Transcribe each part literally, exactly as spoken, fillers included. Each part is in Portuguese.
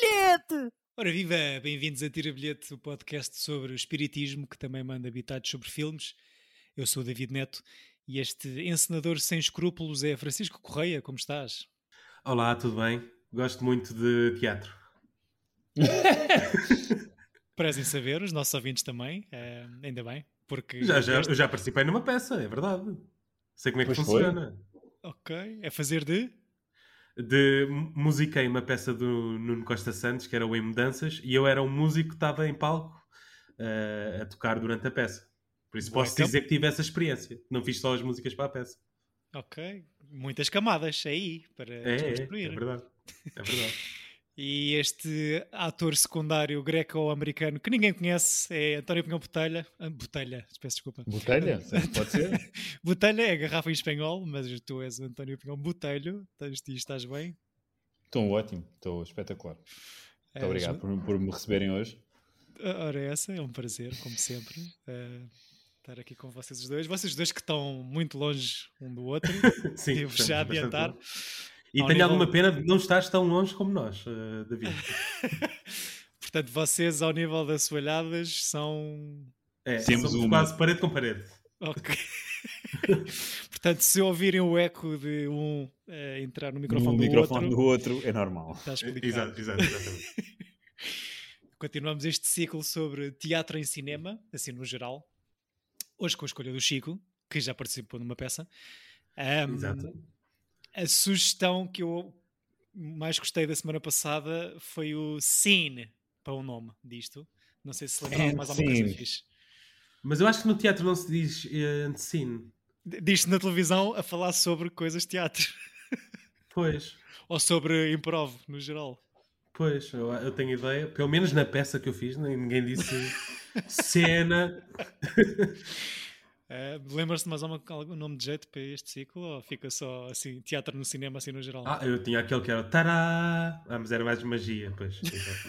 bilhete! Ora viva, bem-vindos a Tira Bilhete, o podcast sobre o espiritismo que também manda habitados sobre filmes. Eu sou o David Neto e este encenador sem escrúpulos é Francisco Correia. Como estás? Olá, tudo bem? Gosto muito de teatro. Prezem saber, os nossos ouvintes também, eh, ainda bem, porque... Já, já, este... Eu já participei numa peça, é verdade. Sei como é que Pois funciona. Ok, é fazer de... De, musiquei uma peça do Nuno Costa Santos, que era o Em Mudanças, e eu era um músico que estava em palco uh, a tocar durante a peça. Por isso posso Welcome. dizer que tive essa experiência. Não fiz só as músicas para a peça. Ok, muitas camadas aí para É, é, desconstruir. é verdade. É verdade. E este ator secundário greco-americano que ninguém conhece é António Pinhão Botelho. Ah, Botelho, peço desculpa. Botelha? Pode ser? Botelho é a garrafa em espanhol, mas tu és o António Pinhão Botelho. Estás, estás bem? Estou ótimo, estou espetacular. Muito É, obrigado Ju... por, por me receberem hoje. Ora, essa é um prazer, como sempre, uh, estar aqui com vocês os dois. Vocês dois que estão muito longe um do outro. Sim, devo já adiantar. E Ao tenho nível... alguma pena de não estares tão longe como nós, uh, David. Portanto, vocês, ao nível das soalhadas, são... É, Temos somos uma. quase parede com parede. Ok. Portanto, se ouvirem o eco de um uh, entrar no microfone, No do, microfone outro, do outro é normal. está explicado. Exato, exato, exatamente. Continuamos este ciclo sobre teatro em cinema, assim no geral. Hoje com a escolha do Chico, que já participou numa peça. Um, Exato. A sugestão que eu mais gostei da semana passada foi o Scene, para o nome disto. Não sei se lembraram mais alguma coisa fixe. Mas eu acho que no teatro não se diz uh, scene. Diz-se na televisão a falar sobre coisas de teatro. Pois. Ou sobre improv, no geral. Pois, eu, eu tenho ideia. Pelo menos na peça que eu fiz, ninguém disse cena. Uh, Lembras-te mais algum, algum nome de jeito para este ciclo? Ou fica só assim, teatro no cinema, assim no geral? Ah, eu tinha aquele que era tará. Ah, mas era mais magia, pois.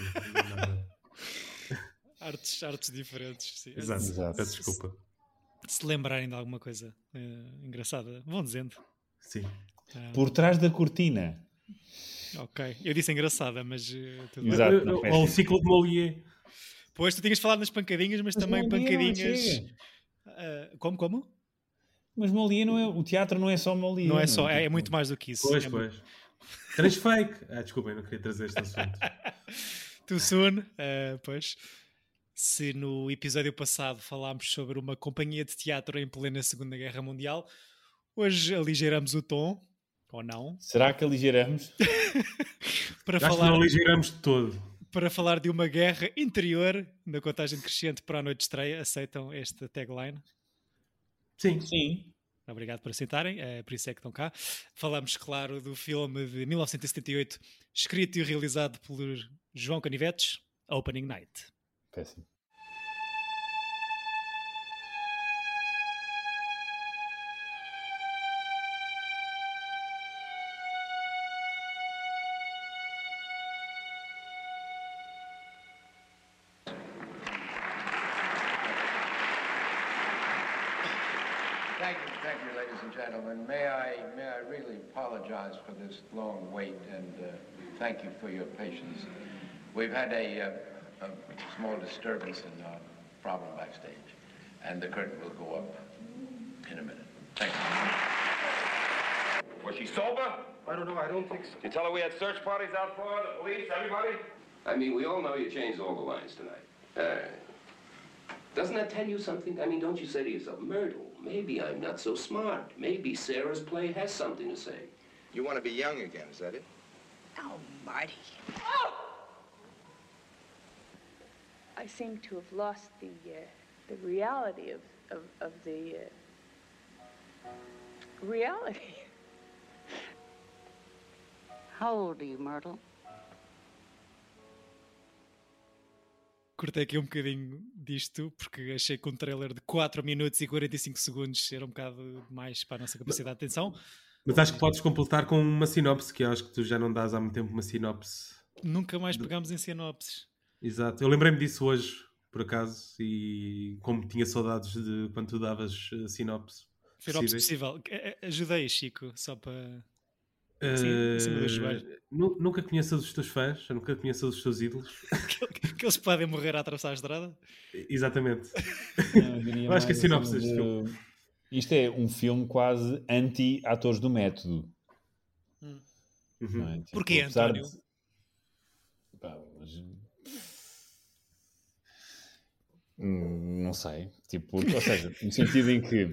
Artes, artes diferentes, sim. Exato, Exato. peço desculpa. Se, se lembrarem de alguma coisa uh, engraçada, vão dizendo. Sim. Um, Por trás da cortina. Ok, eu disse engraçada, mas uh, tudo bem. Exato. Eu- não, eu- Ou o ciclo de Molière. Pois, tu tinhas falado nas pancadinhas, mas, Mas também Molière não pancadinhas... chega. Uh, como, como? Mas Molière não é. O teatro não é só Molière. Não é só, é, é Tipo, muito mais do que isso. Pois, é pois. muito... Transfake. Ah, desculpem, não queria trazer este assunto. Too soon. Uh, pois, se no episódio passado falámos sobre uma companhia de teatro em plena Segunda Guerra Mundial, hoje aligeiramos o tom, ou não, Será que aligeramos? para Acho que falar... não aligeramos de todo. Para falar de uma guerra interior na contagem crescente para a noite de estreia. Aceitam esta tagline? Sim. Sim. Obrigado por aceitarem, é por isso é que estão cá. Falamos, claro, do filme de mil novecentos e setenta e oito, escrito e realizado por João Canivetes, Opening Night. Péssimo. Thank you, thank you, ladies and gentlemen. May I, may I really apologize for this long wait, and uh, thank you for your patience. We've had a, uh, a small disturbance in our problem backstage, and the curtain will go up in a minute. Thank you. Was she sober? I don't know. I don't think so. You tell her we had search parties out for her, the police, everybody? I mean, we all know you changed all the lines tonight. Uh, doesn't that tell you something? I mean, don't you say to yourself, Myrtle, maybe I'm not so smart. Maybe Sarah's play has something to say. You want to be young again, is that it? Oh, Marty. I seem to have lost the uh, the reality of, of, of the uh, reality. How old are you, Myrtle? Cortei aqui um bocadinho disto, porque achei que um trailer de quatro minutos e quarenta e cinco segundos era um bocado demais para a nossa capacidade de atenção. Mas acho que podes completar com uma sinopse, que eu acho que tu já não dás há muito tempo uma sinopse. Nunca mais pegámos em sinopses. Exato. Eu lembrei-me disso hoje, por acaso, e como tinha saudades de quando tu davas uh, sinopse. Sinopse possível. Ajudei, Chico, só para... Sim, em cima do Uh, joelho. nu- nunca conheças os teus fãs, nunca conheças os teus ídolos. que, que eles podem morrer a atravessar a estrada. Exatamente. Não, eu diria Eu acho que é mais sinopse acima deste de- filme. Isto é um filme quase anti-atores do método. Hum. Não é? Tipo, Porquê, apesar António? de- Pá, mas- Hum, Não sei. Tipo, ou seja, no sentido em que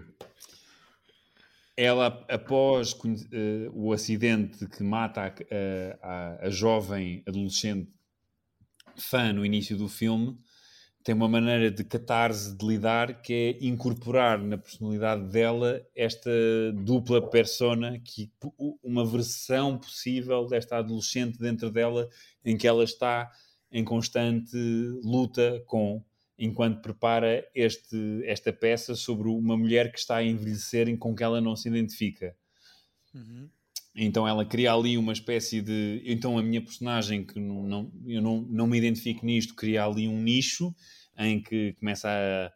ela, após conhe- eh, o acidente que mata a, a- a- a jovem adolescente fã no início do filme, tem uma maneira de catarse de lidar que é incorporar na personalidade dela esta dupla persona, que, uma versão possível desta adolescente dentro dela, em que ela está em constante luta com, enquanto prepara este, esta peça sobre uma mulher que está a envelhecer e com que ela não se identifica. Uhum. Então ela cria ali uma espécie de... Então a minha personagem, que não, não, eu não, não me identifico nisto, cria ali um nicho em que começa a...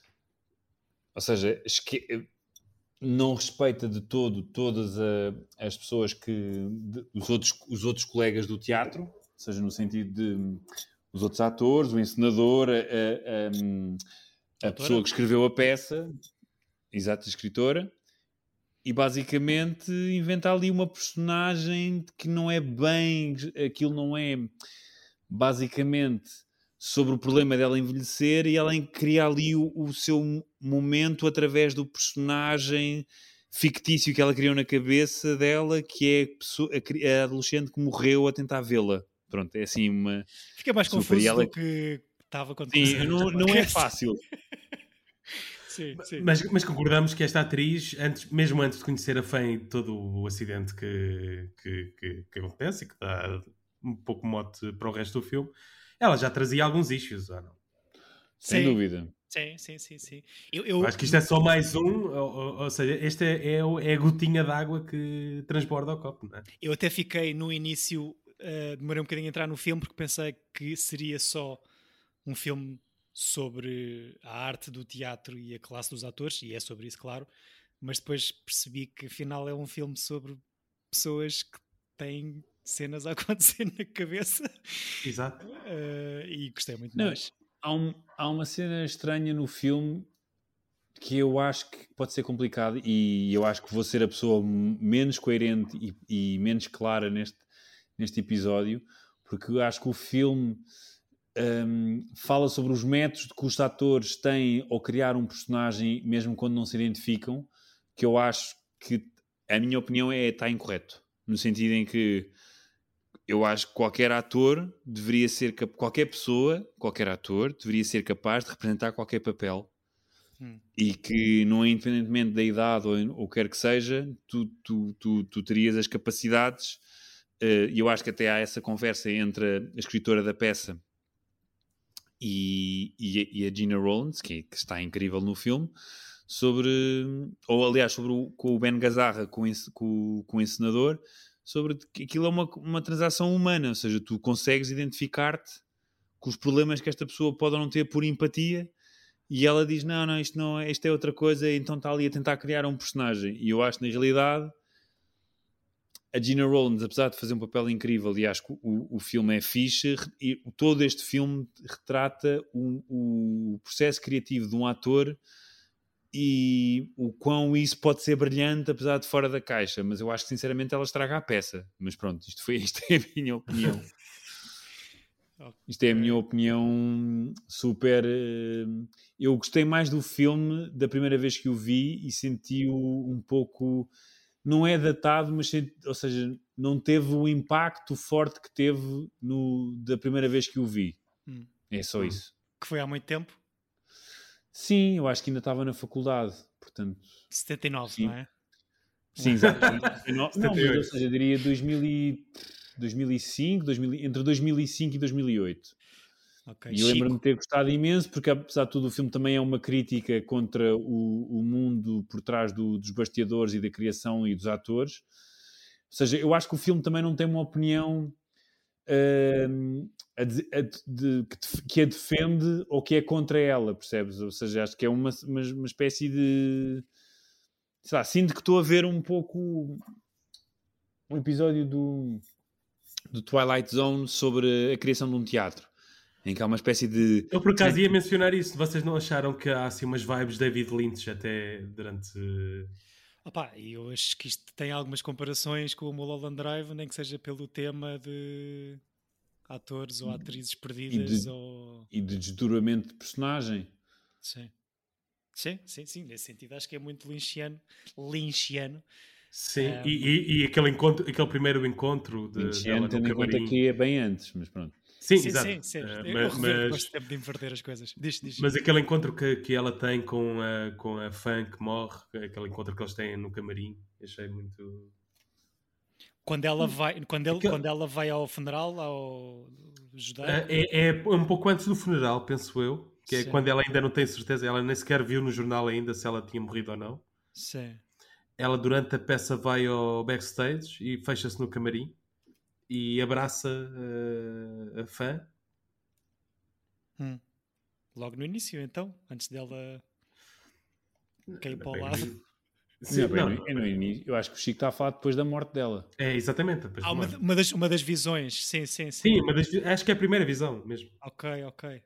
Ou seja, esque... não respeita de todo todas a, as pessoas que... De, os, outros, os outros colegas do teatro, ou seja, no sentido de... Os outros atores, o encenador, a, a, a, a pessoa que escreveu a peça, exato, a escritora... E basicamente inventa ali uma personagem que não é bem... Aquilo não é basicamente sobre o problema dela envelhecer, e ela cria ali o, o seu momento através do personagem fictício que ela criou na cabeça dela, que é a, pessoa, a, a adolescente que morreu a tentar vê-la. Pronto, é assim uma... Fica mais super, confuso ela... do que estava quando Sim, não, não é fácil. Sim, sim. Mas, mas concordamos que esta atriz, antes, mesmo antes de conhecer a fã e todo o acidente que, que, que, que acontece e que dá um pouco mote para o resto do filme, ela já trazia alguns issues, ou não? Sem sim. dúvida. Sim, sim, sim, sim. Eu, eu... Acho que isto é só mais um, ou, ou seja, esta é, é, é a gotinha d'água que transborda o copo, não é? Eu até fiquei no início, uh, demorei um bocadinho a entrar no filme porque pensei que seria só um filme sobre a arte do teatro e a classe dos atores, e é sobre isso, claro, mas depois percebi que afinal é um filme sobre pessoas que têm cenas a acontecer na cabeça. Exato. Uh, e gostei muito Não, mais. há, um, há uma cena estranha no filme que eu acho que pode ser complicado, e eu acho que vou ser a pessoa menos coerente e, e menos clara neste, neste episódio, porque eu acho que o filme um, fala sobre os métodos que os atores têm ao criar um personagem, mesmo quando não se identificam, que eu acho que, a minha opinião, é está incorreto. No sentido em que eu acho que qualquer ator deveria ser, qualquer pessoa, qualquer ator, deveria ser capaz de representar qualquer papel. Hum. E que, não é independentemente da idade ou, ou quer que seja, tu, tu, tu, tu terias as capacidades, e uh, eu acho que até há essa conversa entre a escritora da peça e, e, e a Gina Rollins, que, que está incrível no filme, sobre, ou aliás, sobre o, com o Ben Gazzara, com, com, com o encenador, sobre que aquilo é uma, uma transação humana, ou seja, tu consegues identificar-te com os problemas que esta pessoa pode ou não ter por empatia, e ela diz, não, não, isto, não é, isto é outra coisa, então está ali a tentar criar um personagem. E eu acho que, na realidade, a Gina Rollins, apesar de fazer um papel incrível, e acho que o, o filme é fixe, e todo este filme retrata o, o processo criativo de um ator e o quão isso pode ser brilhante, apesar de fora da caixa. Mas eu acho que, sinceramente, ela estraga a peça. Mas pronto, isto, foi, isto é a minha opinião. Isto é a minha opinião super... Uh, eu gostei mais do filme da primeira vez que o vi e senti-o um pouco... Não é datado, mas senti, ou seja, não teve o impacto forte que teve no, da primeira vez que o vi. Hum. É só hum. isso. Que foi há muito tempo? Sim, eu acho que ainda estava na faculdade, portanto... setenta e nove, sim. Não é? Sim, exato. Não, mas, ou seja, diria dois mil e, dois mil e cinco, dois mil, entre dois mil e cinco e dois mil e oito. Okay, e eu lembro-me de ter gostado imenso, porque apesar de tudo o filme também é uma crítica contra o, o mundo por trás do, dos bastidores e da criação e dos atores. Ou seja, eu acho que o filme também não tem uma opinião uh, a de, a de, que a defende ou que é contra ela, percebes? Ou seja, acho que é uma, uma, uma espécie de... Sei lá, sinto que estou a ver um pouco... um episódio do, do Twilight Zone sobre a criação de um teatro, em que há uma espécie de... Eu por acaso ia mencionar isso. Vocês não acharam que há assim umas vibes David Lynch até durante... Opa, e eu acho que isto tem algumas comparações com o Mulholland Drive, nem que seja pelo tema de atores ou atrizes perdidas e de, ou... e de desdobramento de personagem. Sim. Sim, sim, sim. Nesse sentido acho que é muito lynchiano. Lynchiano. Sim, Um... e, e, e aquele, encontro, aquele primeiro encontro de, Lynchiano, dela no tendo em conta camarim. que é bem antes, mas pronto. Sim, sim, exato. sim, sim. Uh, eu mas, mas... mas, gosto de inverter as coisas. Diz, diz, mas diz. aquele encontro que, que ela tem com a, com a fã que morre, aquele encontro que eles têm no camarim, achei muito... Quando ela vai, quando ele, Aquele... quando ela vai ao funeral, ao judaico? É, é um pouco antes do funeral, penso eu, que é Sim. quando ela ainda não tem certeza, ela nem sequer viu no jornal ainda se ela tinha morrido ou não. Sim. Ela durante a peça vai ao backstage e fecha-se no camarim e abraça uh, a fã. Hum. Logo no início, então, antes dela cair para o lado. Sim, não, não, no, é no início. Eu acho que o Chico está a falar depois da morte dela. É, exatamente. Ah, uma, uma, das, uma das visões, sim, sim, sim. Sim, uma das, acho que é a primeira visão mesmo. Ok, ok.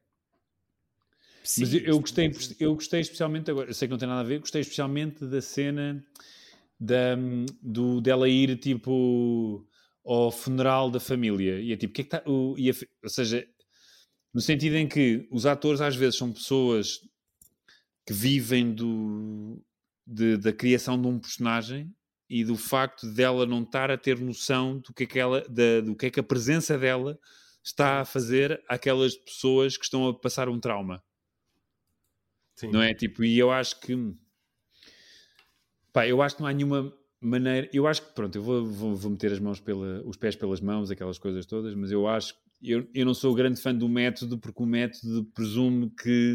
Sim, mas eu, eu, gostei, eu gostei especialmente, agora, eu sei que não tem nada a ver, gostei especialmente da cena da, do, dela ir tipo ao funeral da família. E é tipo, o que é que está. O, e a, ou seja, no sentido em que os atores às vezes são pessoas que vivem do, de, da criação de um personagem e do facto dela não estar a ter noção do que é que, ela, da, do que, é que a presença dela está a fazer àquelas pessoas que estão a passar um trauma. Sim. Não é? Tipo, e eu acho que pá, eu acho que não há nenhuma maneira, eu acho que pronto, eu vou, vou, vou meter as mãos pela, os pés pelas mãos, aquelas coisas todas, mas eu acho eu, eu não sou grande fã do método, porque o método presume que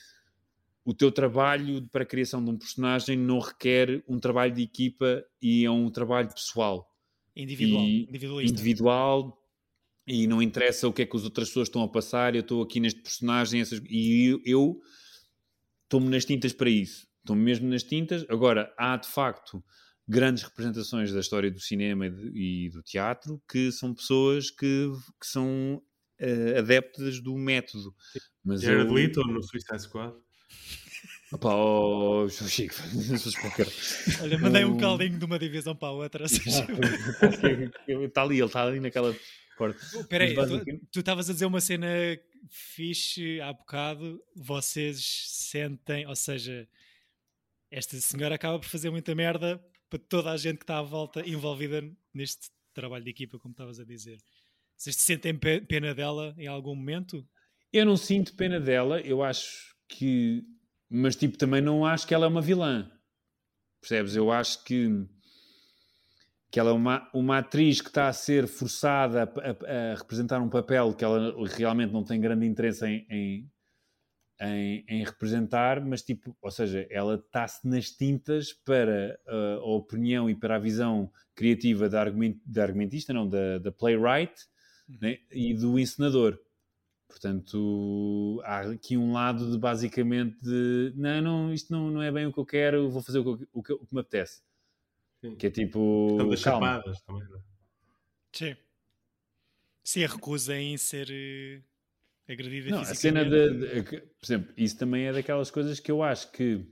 o teu trabalho para a criação de um personagem não requer um trabalho de equipa e é um trabalho pessoal. Individual. E, individualista. Individual, e não interessa o que é que as outras pessoas estão a passar, eu estou aqui neste personagem, essas, e eu, eu estou-me nas tintas para isso. Estou-me mesmo nas tintas. Agora, há de facto grandes representações da história do cinema e, de, e do teatro que são pessoas que, que são uh, adeptas do método. Mas Jared eu... Leto no Suicide Squad. Opa, oh, Chico, olha, mandei um caldinho de uma divisão para a outra. Está ali, ele está ali naquela porta. Espera aí, basicamente... tu estavas a dizer uma cena fixe há bocado. Vocês sentem, ou seja, esta senhora acaba por fazer muita merda para toda a gente que está à volta envolvida neste trabalho de equipa, como estavas a dizer. Vocês sentem pena dela em algum momento? Eu não sinto pena dela, eu acho que... Mas, tipo, também não acho que ela é uma vilã. Percebes? Eu acho que, que ela é uma, uma atriz que está a ser forçada a, a, a representar um papel que ela realmente não tem grande interesse em, em, em, em representar, mas, tipo, ou seja, ela está-se nas tintas para a, a opinião e para a visão criativa da, argument, da argumentista, não, da, da playwright, uhum. Né, e do encenador. Portanto, há aqui um lado de basicamente de, não, não, isto não, não é bem o que eu quero, vou fazer o que, o que, o que me apetece. Sim. Que é tipo... Estão das calma. chapadas também, não é? Sim. Se a recusa em ser uh, agredida não, fisicamente. A cena de, de, por exemplo, isso também é daquelas coisas que eu acho que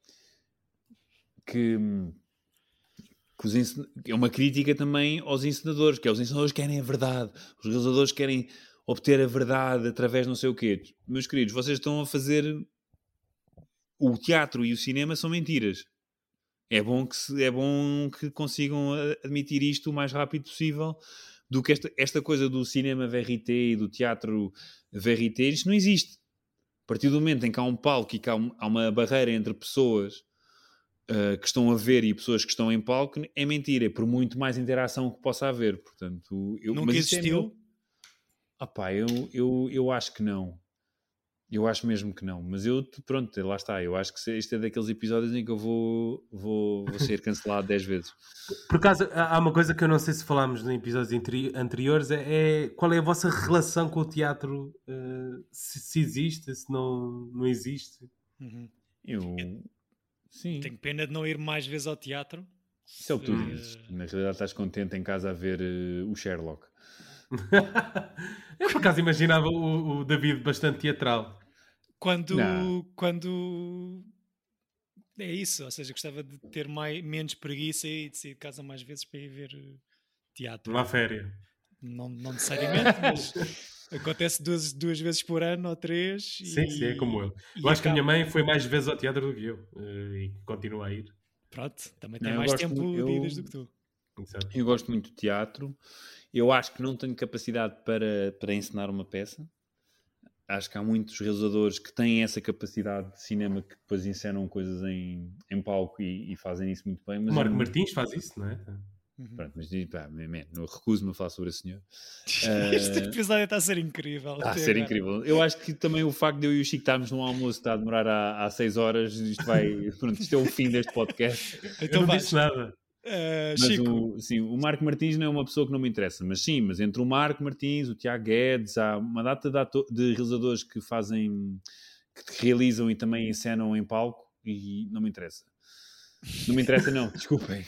que, que os ensin... é uma crítica também aos encenadores, que é os encenadores querem a verdade, os realizadores querem obter a verdade através de não sei o quê. Meus queridos, vocês estão a fazer... O teatro e o cinema são mentiras. É bom que, se... é bom que consigam admitir isto o mais rápido possível, do que esta, esta coisa do cinema verité e do teatro verité. Isto não existe. A partir do momento em que há um palco e que há, um, há uma barreira entre pessoas uh, que estão a ver e pessoas que estão em palco, é mentira. É por muito mais interação que possa haver. Portanto, eu, Nunca mas existiu? É Ah pá, eu, eu, eu acho que não. Eu acho mesmo que não. Mas eu, pronto, lá está. Eu acho que isto é daqueles episódios em que eu vou, vou, vou ser cancelado dez vezes. Por acaso, há uma coisa que eu não sei se falámos em episódios anteriores, é, é qual é a vossa relação com o teatro? Uh, se, se existe, se não, não existe? Uhum. Eu... Sim. Tenho pena de não ir mais vezes ao teatro. Isso é o que tu Uh, dizes. Na realidade estás contente em casa a ver uh, o Sherlock. Eu por acaso imaginava o, o David bastante teatral. Quando, Não. quando é isso, ou seja, gostava de ter mais, menos preguiça e de sair de casa mais vezes para ir ver uh, teatro. Uma férias. Não, não necessariamente, mas acontece duas, duas vezes por ano ou três. Sim, e, sim, é como eu. e Eu acho que a minha acaba- mãe foi mais vezes ao teatro do que eu. uh, E continua a ir. Pronto, também tem Não, eu mais gosto tempo muito- de eu- idas do que tu. Exato. Eu gosto muito de teatro. Eu acho que não tenho capacidade para, para encenar uma peça. Acho que há muitos realizadores que têm essa capacidade de cinema que depois encenam coisas em, em palco e, e fazem isso muito bem. Mas O Marco eu- Martins faz isso, não é? Pronto, mas pá, man, não recuso-me a falar sobre esse senhor. Este Eh, episódio está a ser incrível. Está a até ser agora. incrível. Eu acho que também o facto de eu e o Chico estarmos num almoço está a demorar há, há seis horas, isto vai. Pronto, isto é o fim deste podcast. Eu Então não vais. disse nada. Uh, Mas Chico, o, sim, o Marco Martins não é uma pessoa que não me interessa, mas sim, mas entre o Marco Martins, o Tiago Guedes, há uma data de, ato- de realizadores que fazem, que realizam e também encenam em palco e não me interessa. Não me interessa, não, desculpem.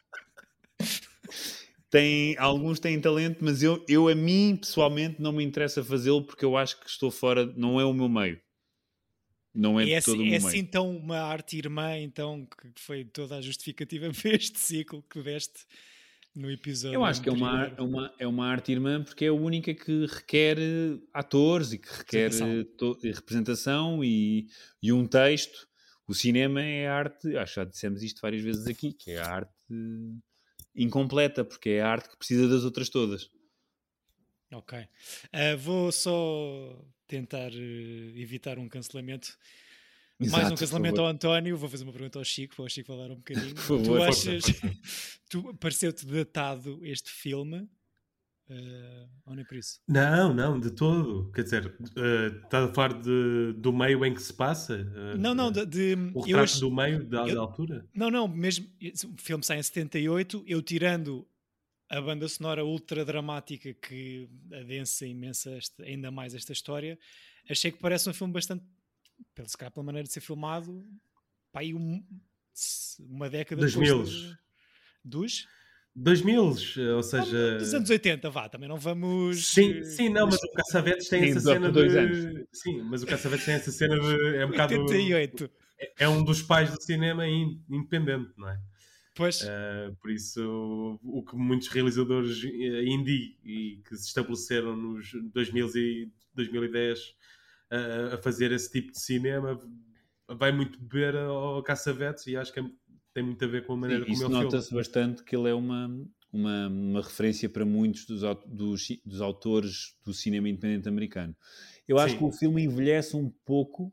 Tem, alguns têm talento, mas eu, eu a mim pessoalmente não me interessa fazê-lo porque eu acho que estou fora, não é o meu meio. Não é, é, de todo assim, o é meu assim meio. então uma arte irmã então, que foi toda a justificativa para este ciclo que deste no episódio Eu acho que é uma, anterior. é, uma, é uma arte irmã porque é a única que requer eh, atores e que requer Representação. eh, to- eh, representação e, e um texto. O cinema é a arte, acho que já dissemos isto várias vezes aqui, que é a arte eh, incompleta, porque é a arte que precisa das outras todas. Ok. Uh, vou só tentar uh, evitar um cancelamento. Mais Exato, um por cancelamento favor. ao António. Vou fazer uma pergunta ao Chico, para o Chico falar um bocadinho. Por favor, tu força, achas... tu pareceu-te datado este filme? Uh, ou nem por isso? Não, não, de todo. Quer dizer, uh, estás a falar de, do meio em que se passa? Uh, Não, não, de... de O eu retrato acho- do meio da, eu- da altura? Não, não, mesmo o filme sai em setenta e oito, eu tirando a banda sonora ultra dramática que adensa imensa esta, ainda mais esta história, achei que parece um filme bastante, pelo se calhar pela maneira de ser filmado, pá, aí um, uma década Dos depois milos. de- dos dois mil, ou seja... dos anos oitenta, vá, também não vamos Sim, eh, sim, não, mas o Caçavetes tem Sim, essa só por cena dois de... anos. Sim, mas o Caçavetes tem essa cena de... É um bocado... oitenta e oito. É, é um dos pais do cinema in- independente, não é? Pois, Uh, por isso, o que muitos realizadores eh, indie e que se estabeleceram nos dois mil e dois mil e dez uh, a fazer esse tipo de cinema vai muito beber ao Caçavetes e acho que é- tem muito a ver com a maneira Sim, isso como ele nota-se bastante que ele é uma, uma, uma referência para muitos dos, au- dos, dos autores do cinema independente americano. Eu acho Sim. que o filme envelhece um pouco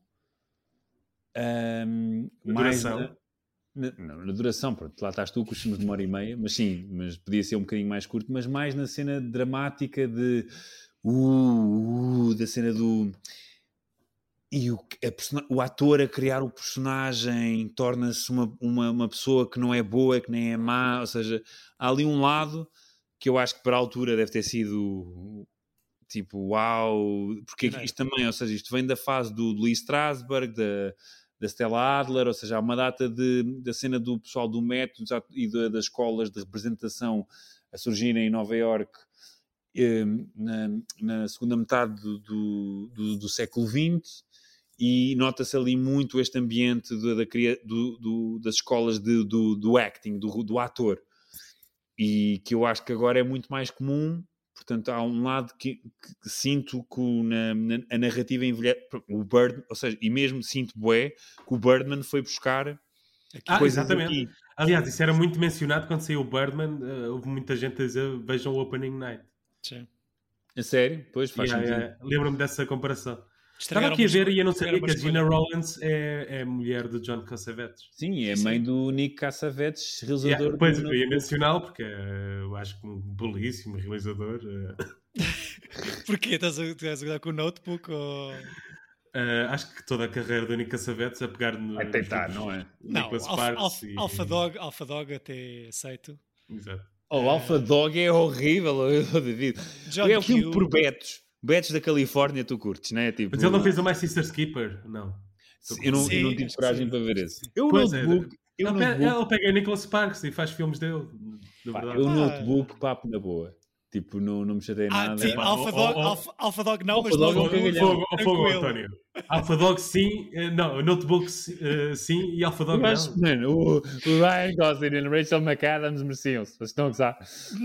ahm, A mais duração. na, na, não, na duração, pronto, lá estás tu com os filmes de uma hora e meia, mas sim, mas podia ser um bocadinho mais curto, mas mais na cena dramática de uh, uh, da cena do e o, a persona- o ator a criar o personagem torna-se uma, uma, uma pessoa que não é boa, que nem é má, ou seja, há ali um lado que eu acho que para a altura deve ter sido tipo, uau, porque Não é? isto também, ou seja, isto vem da fase do Lee Strasberg, da, da Stella Adler, ou seja, há uma data de, da cena do pessoal do método e da, das escolas de representação a surgirem em Nova Iorque eh, na, na segunda metade do, do, do, do século vinte, e nota-se ali muito este ambiente do, da, cria- do, do, das escolas de, do, do acting, do, do ator, e que eu acho que agora é muito mais comum. Portanto, há um lado que, que- que sinto que o- na, na- a narrativa envelhece, o Bird, ou seja, e mesmo sinto bué que o Birdman foi buscar Ah, coisas exatamente. aqui. Aliás, isso era muito mencionado quando saiu o Birdman. Uh, houve muita gente a dizer vejam o Opening Night. sim. A sério? Pois, faz Yeah, sentido. yeah. Lembro-me dessa comparação. Estava Estragaram aqui a uma ver escolha- e eu não estragaram sabia que uma a Gina escolha. Rollins é, é mulher de John Cassavetes. Sim, é a Sim, mãe sim. do Nick Cassavetes, realizador Yeah, depois do eu ia Notebook. mencioná-lo porque uh, eu acho que um belíssimo realizador. Uh, Porquê? Estás a, estás a jogar com o notebook? Ou... uh, acho que toda a carreira do Nick Cassavetes a pegar no. Vai tentar, não é? Não, Nicholas Alpha, Sparks Alpha, e- Alpha Dog, Alpha Dog até aceito. Exato. Oh, o Alpha Dog é horrível, oh, David. John É o filme Q. por Betos. Betos da Califórnia, tu curtes, não é? Tipo, Mas ele não fez o My Sister's Keeper? Não. Eu não, eu não Sim, tive acho que coragem sim, para ver acho que esse. sim. Eu, o Pois é, Notebook, Eu Ele, notebook, pega, ele pega Nicholas Sparks e faz filmes dele. Na pá, verdade. eu Ah. notebook, papo na boa. Tipo, não, não me chatei Ah, nada. sim, Pá, Alpha oh, Dog, oh, oh. Alpha, Alpha Dog não, Alpha mas Dog é um Notebook, cagalhão. Fogo, oh, fogo, tranquilo. António. Alpha Dog sim, eh, não, Notebook eh, sim e Alpha Dog Eu acho, não. mano, o, o Ryan Gosling e a Rachel McAdams mereciam-se. Vocês estão a gozar.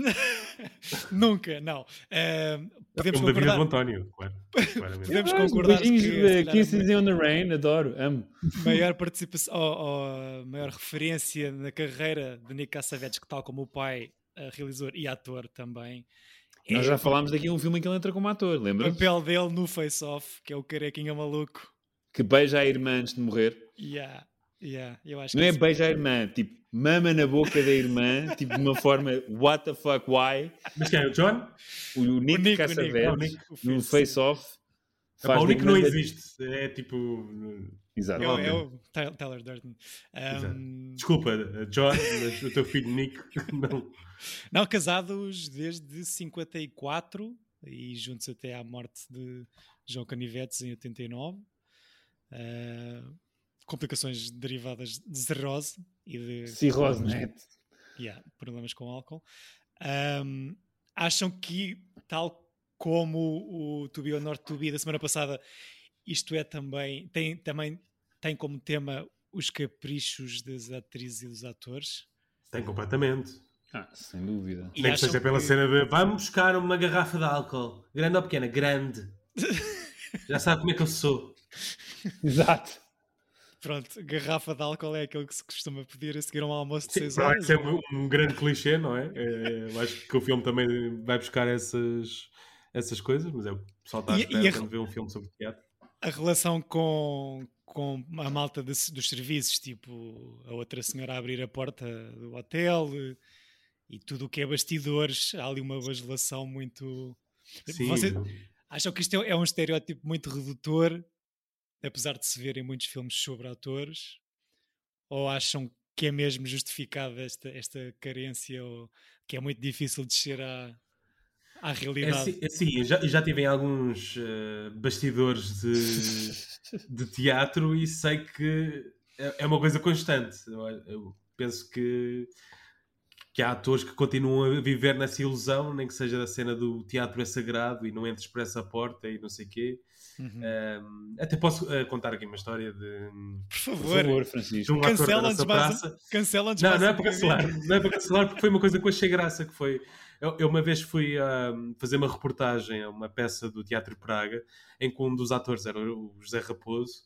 Nunca, não. Uh, podemos Filme da vida concordar. do António, claro. Claramente. Podemos Eu gosto, concordar que beijinhos se de calhar, Kisses in the Rain, adoro, amo. maior participação, ou, ou maior referência na carreira de Nick Cassavetes, que tal como o pai, uh, realizador e ator também. Nós é já o falámos daqui de um filme em que ele entra como ator, lembra-se? papel dele no Face Off, que é o carequinha maluco. Que beija a irmã antes de morrer. Yeah, yeah, eu acho Não que é esse- beija a irmã, tipo, mama na boca da irmã, tipo, de uma forma, what the fuck, why? Mas quem é o John? O, o Nick Nick, o Nick, Cassavetes, o Nick, o no Face, face-off, Epá, faz o da Nick não irmã da- existe. É tipo. Exato. É, o- é Provavelmente. o Ty- Tyler Durden. Exato. Um, Desculpa, John, mas o teu filho Nick não. não, casados desde cinquenta e quatro e juntos até à morte de João Canivetes em oitenta e nove. Uh, complicações derivadas de cirrose e de Cirrose, não é? yeah, problemas com álcool. Um, acham que, tal como o To Be or Not To Be da semana passada, isto é também tem, também tem como tema os caprichos das atrizes e dos atores? Tem completamente. Ah, sem dúvida. E Nem que acham seja pela que- cena de vamos buscar uma garrafa de álcool. Grande ou pequena? Grande. Já sabe como é que eu sou. Exato. Pronto, garrafa de álcool é aquilo que se costuma pedir a seguir a um almoço de Sim, seis vai horas. ser um, um grande clichê, não é? É, eu acho que o filme também vai buscar essas, essas coisas, mas é o que o pessoal está à E- espera e a- quando vê um filme sobre teatro. A relação com, com a malta de- dos serviços, tipo a outra senhora a abrir a porta do hotel e, e tudo o que é bastidores, há ali uma bajulação muito... Sim, Vocês acham que isto é, é um estereótipo muito redutor, apesar de se ver em muitos filmes sobre atores? Ou acham que é mesmo justificada esta, esta carência, ou que é muito difícil descer à, à é realidade? assim, é assim, eu já, eu já tive em alguns eh, bastidores de, de teatro e sei que é, é uma coisa constante. Eu, eu penso que, que há atores que continuam a viver nessa ilusão, nem que seja da cena do teatro é sagrado e não entres por essa porta e não sei o quê. Uhum. Um, até posso uh, contar aqui uma história de, Por Por favor, favor, de Francisco. um ator da cancela-nos nossa mais, praça. um, cancela-nos Não, mais não é um para bocadinho. cancelar, não é para cancelar porque foi uma coisa que eu achei graça, que foi, eu, eu uma vez fui um, fazer uma reportagem a uma peça do Teatro Praga, em que um dos atores era o José Raposo,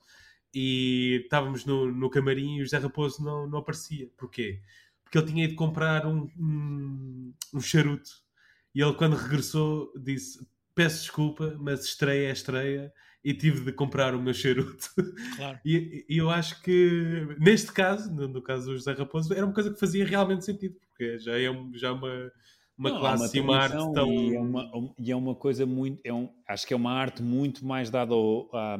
e estávamos no, no camarim e o José Raposo não, não aparecia. Porquê? Porque ele tinha ido comprar um, um, um charuto, e ele quando regressou disse, peço desculpa, mas estreia é estreia, e tive de comprar o meu charuto. Claro. E, e eu acho que, neste caso, no, no caso do José Raposo, era uma coisa que fazia realmente sentido, porque já é, um, já uma, uma Não, há classe e uma arte tradição tão... E é uma, e é uma coisa muito... É um, acho que é uma arte muito mais dada ao, a-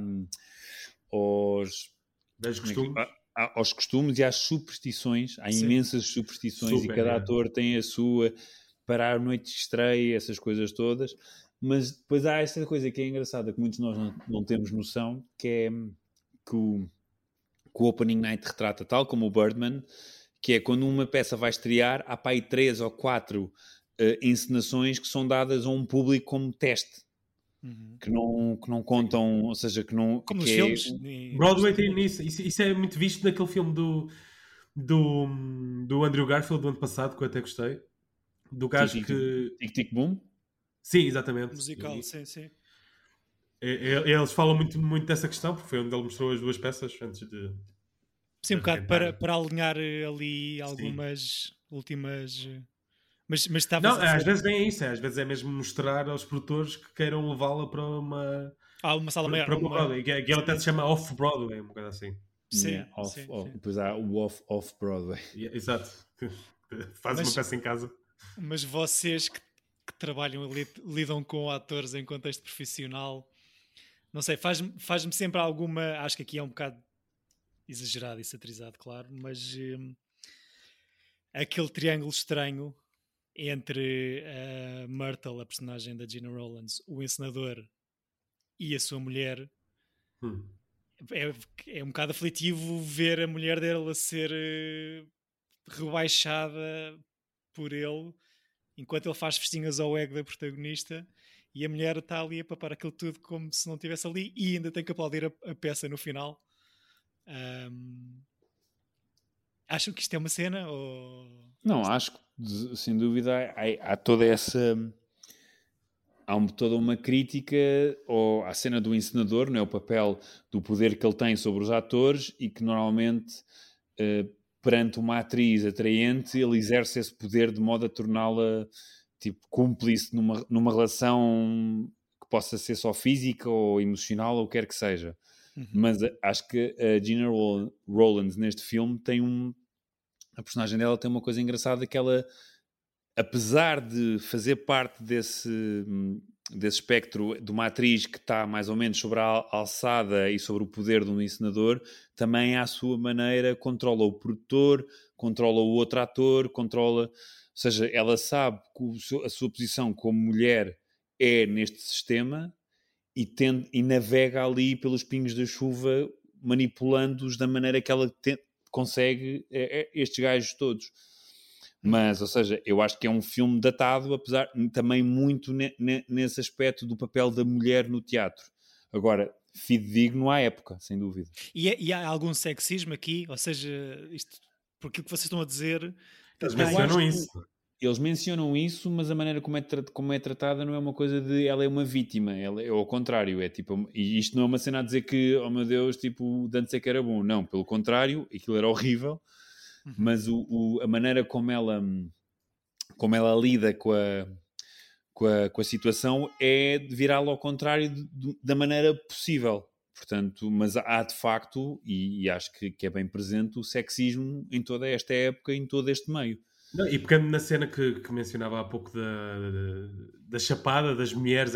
aos... das como é que- costumes. a- a- aos costumes e às superstições. Há Sim. imensas superstições Super, e cada é. ator tem a sua, para a noite de estreia, essas coisas todas. Mas depois há essa coisa que é engraçada, que muitos de nós não, não temos noção, que é que o, que o Opening Night retrata, tal como o Birdman, que é quando uma peça vai estrear, há para aí três ou quatro uh, encenações que são dadas a um público como teste. Uhum. Que não, que não contam, ou seja, que não... Como que nos é- filmes. e- Broadway tem nisso. Isso, isso é muito visto naquele filme do, do, do Andrew Garfield do ano passado, que eu até gostei. Do gajo Tic, tic, que... Tic Tic Boom? Sim, exatamente. Musical, E- sim, sim. e- e- Eles falam muito, muito dessa questão, porque foi onde ele mostrou as duas peças antes de... Sim, um de bocado arrebentar. para, para alinhar eh, ali algumas últimas... eh, Mas, mas estavas Não, a às dizer... vezes nem é isso. Às vezes é mesmo mostrar aos produtores que queiram levá-la para uma... Há uma sala maior. para uma uma- Broadway. Que que ele até se chama Off-Broadway, uma coisa assim. Sim, Yeah, off, sim, off- sim. Depois há o off, off-Broadway. Yeah, exato. Faz Mas- uma peça em casa. Mas vocês que, que trabalham e li- lidam com atores em contexto profissional, não sei, faz-me faz-me sempre alguma... Acho que aqui é um bocado exagerado e satirizado, claro, mas hum, aquele triângulo estranho entre a Myrtle, a personagem da Gina Rowlands, o encenador e a sua mulher, Hum. é, é um bocado aflitivo ver a mulher dele a ser uh, rebaixada por ele, enquanto ele faz festinhas ao ego da protagonista, e a mulher está ali a papar aquilo tudo como se não estivesse ali, e ainda tem que aplaudir a, a peça no final. Um, acham que isto é uma cena? Ou... Não, acho que sem dúvida há, há toda essa... Há um, toda uma crítica ao, à cena do encenador, não é? O papel do poder que ele tem sobre os atores e que normalmente, uh, perante uma atriz atraente, ele exerce esse poder de modo a torná-la tipo, cúmplice numa, numa relação que possa ser só física ou emocional ou o que quer que seja. Uhum. Mas uh, acho que a Gina Rowlands neste filme tem um... A personagem dela tem uma coisa engraçada que ela... apesar de fazer parte desse, desse espectro de uma atriz que está mais ou menos sobre a alçada e sobre o poder de um encenador, também à sua maneira controla o produtor, controla o outro ator, controla... Ou seja, ela sabe que a sua posição como mulher é neste sistema e, tende, e navega ali pelos pingos da chuva, manipulando-os da maneira que ela te, consegue é, é, estes gajos todos. Mas, ou seja, eu acho que é um filme datado, apesar também muito ne, ne, nesse aspecto do papel da mulher no teatro. Agora, fidedigno à época, sem dúvida. E, é, e há algum sexismo aqui? Ou seja, isto, por aquilo que vocês estão a dizer... Eles mencionam isso. Eles mencionam isso, mas a maneira como é, como é tratada não é uma coisa de ela é uma vítima, ela é ao contrário, é tipo, e isto não é uma cena a dizer que, oh meu Deus, tipo, de antes é que era bom. Não, pelo contrário, aquilo era horrível. Mas o, o, a maneira como ela, como ela lida com a, com a, com a situação é de virá-la ao contrário de, de, da maneira possível. Portanto, mas há de facto, e, e acho que, que é bem presente, o sexismo em toda esta época, em todo este meio. Não, e pegando na cena que, que mencionava há pouco da, da, da chapada, das mulheres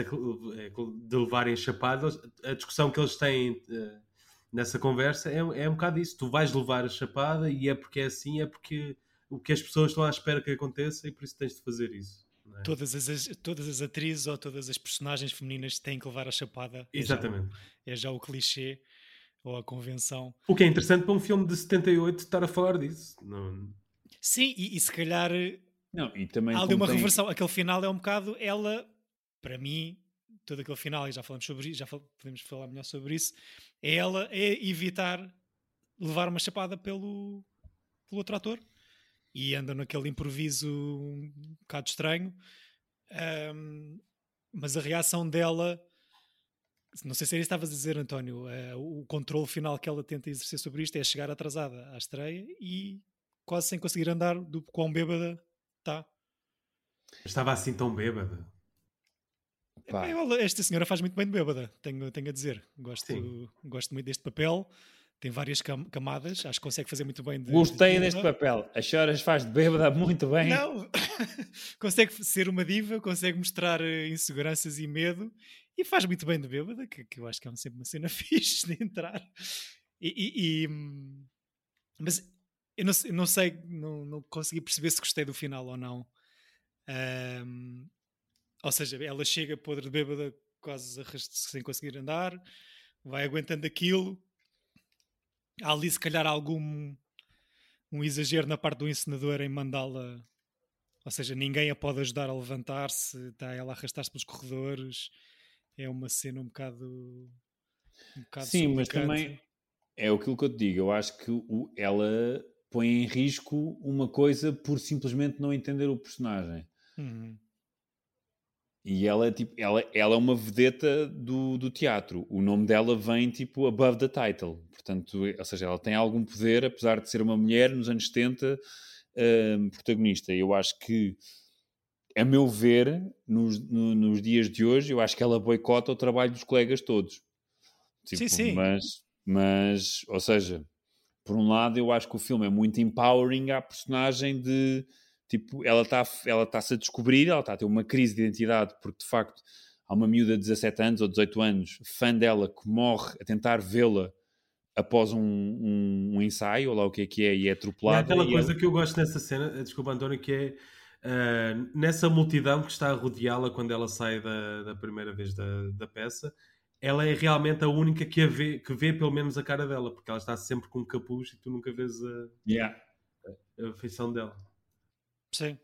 de levarem chapadas, a discussão que eles têm nessa conversa é, é um bocado isso. Tu vais levar a chapada e é porque é assim, é porque o que as pessoas estão à espera que aconteça e por isso tens de fazer isso. Não é? Todas as, todas as atrizes ou todas as personagens femininas têm que levar a chapada. Exatamente. É já, é já o clichê ou a convenção. O que é interessante para um filme de setenta e oito estar a falar disso. Não... Sim, e, e se calhar não, e também há ali uma tem... reversão. Aquele final é um bocado ela, para mim, todo aquele final, e já falamos sobre isso, já fal- podemos falar melhor sobre isso, é ela é evitar levar uma chapada pelo, pelo outro ator e anda naquele improviso um bocado estranho, um, mas a reação dela, não sei se era isso que estavas a dizer, António, uh, o controle final que ela tenta exercer sobre isto é chegar atrasada à estreia e quase sem conseguir andar do quão bêbada está. Estava assim tão bêbada. Ela, esta senhora faz muito bem de bêbada, tenho, tenho a dizer. Gosto, gosto muito deste papel. Tem várias cam- camadas. Acho que consegue fazer muito bem de Gostei de deste papel. A choras faz de bêbada muito bem. Não! Consegue ser uma diva, consegue mostrar inseguranças e medo e faz muito bem de bêbada, que, que eu acho que é sempre uma cena fixe de entrar. E, e, e, mas eu não, eu não sei, não, não consegui perceber se gostei do final ou não. Um, ou seja, ela chega podre de bêbada, quase sem conseguir andar, vai aguentando aquilo. Há ali se calhar algum um exagero na parte do encenador em mandá-la, ou seja, ninguém a pode ajudar a levantar-se, está ela a arrastar-se pelos corredores. É uma cena um bocado, um bocado sim, mas suplicante. também é aquilo que eu te digo. Eu acho que o, ela põe em risco uma coisa por simplesmente não entender o personagem. Uhum. E ela, tipo, ela, ela é uma vedeta do, do teatro. O nome dela vem tipo above the title. Portanto, ou seja, ela tem algum poder, apesar de ser uma mulher nos anos setenta, uh, protagonista. Eu acho que, a meu ver, nos, no, nos dias de hoje, eu acho que ela boicota o trabalho dos colegas todos. Tipo, sim, sim. Mas, mas, ou seja, por um lado, eu acho que o filme é muito empowering à personagem de... Tipo, ela está ela tá-se a descobrir, ela está a ter uma crise de identidade, porque de facto há uma miúda de dezassete anos ou dezoito anos, fã dela, que morre a tentar vê-la após um, um, um ensaio, ou lá o que é que é, e é atropelada. É aquela e coisa ela... que eu gosto nessa cena, desculpa António, que é uh, nessa multidão que está a rodeá-la quando ela sai da, da primeira vez da, da peça, ela é realmente a única que, a vê, que vê pelo menos a cara dela, porque ela está sempre com um capuz e tu nunca vês a, Yeah. a, a feição dela. Sim.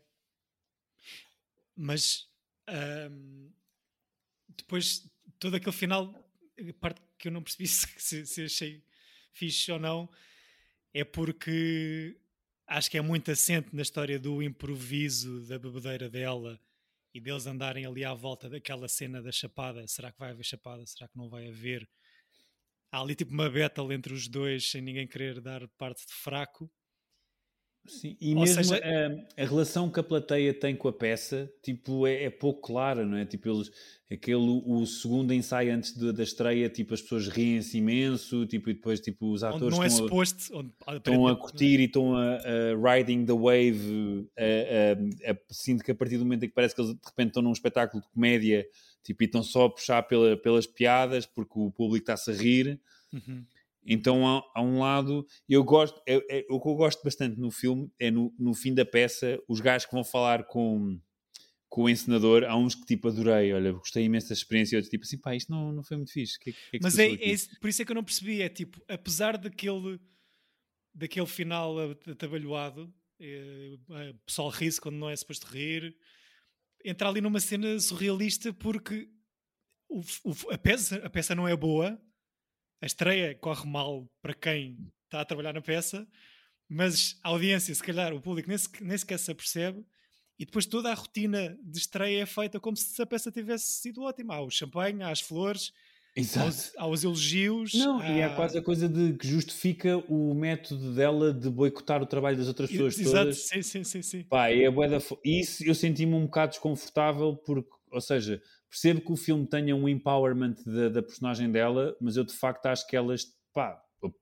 Mas ahm, depois, todo aquele final, a parte que eu não percebi se, se achei fixe ou não, é porque acho que é muito assente na história do improviso da bebedeira dela e deles andarem ali à volta daquela cena da chapada. Será que vai haver chapada? Será que não vai haver? Há ali tipo uma battle entre os dois sem ninguém querer dar parte de fraco. Sim, e Ou mesmo seja- a, a relação que a plateia tem com a peça, tipo, é, é pouco clara, não é? Tipo, eles, aquele, o segundo ensaio antes de- da estreia, tipo, as pessoas riem-se imenso, tipo, e depois, tipo, os Onde atores não é estão, a, suposto. Onde, estão a aparentemente, curtir e estão a, a riding the wave, a, a, a, sinto que a partir do momento em que parece que eles, de repente, estão num espetáculo de comédia, tipo, e estão só a puxar pela, pelas piadas, porque o público está-se a rir. Uhum. Então há, há um lado, eu gosto, é, é, o que eu gosto bastante no filme é no, no fim da peça, os gajos que vão falar com, com o encenador, há uns que tipo adorei, olha, gostei imenso da experiência, e outros tipo assim, pá, isto não, não foi muito fixe, o que, que é que Mas se é, passou aqui? é por isso é que eu não percebi, é tipo, apesar daquele, daquele final atabalhoado, eh, o pessoal ri-se quando não é suposto rir, entrar ali numa cena surrealista porque o, o, a, peça, a peça não é boa, a estreia corre mal para quem está a trabalhar na peça, mas a audiência, se calhar o público nem, se, nem sequer se apercebe, e depois toda a rotina de estreia é feita como se a peça tivesse sido ótima. Há o champanhe, há as flores, aos, aos elogios. Não, há... e é quase a coisa de que justifica o método dela de boicotar o trabalho das outras pessoas Exato, todas. sim, sim, sim, sim. Pá, é bué da fo... Isso eu senti-me um bocado desconfortável porque, ou seja, percebo que o filme tenha um empowerment da, da personagem dela, mas eu de facto acho que elas, pá,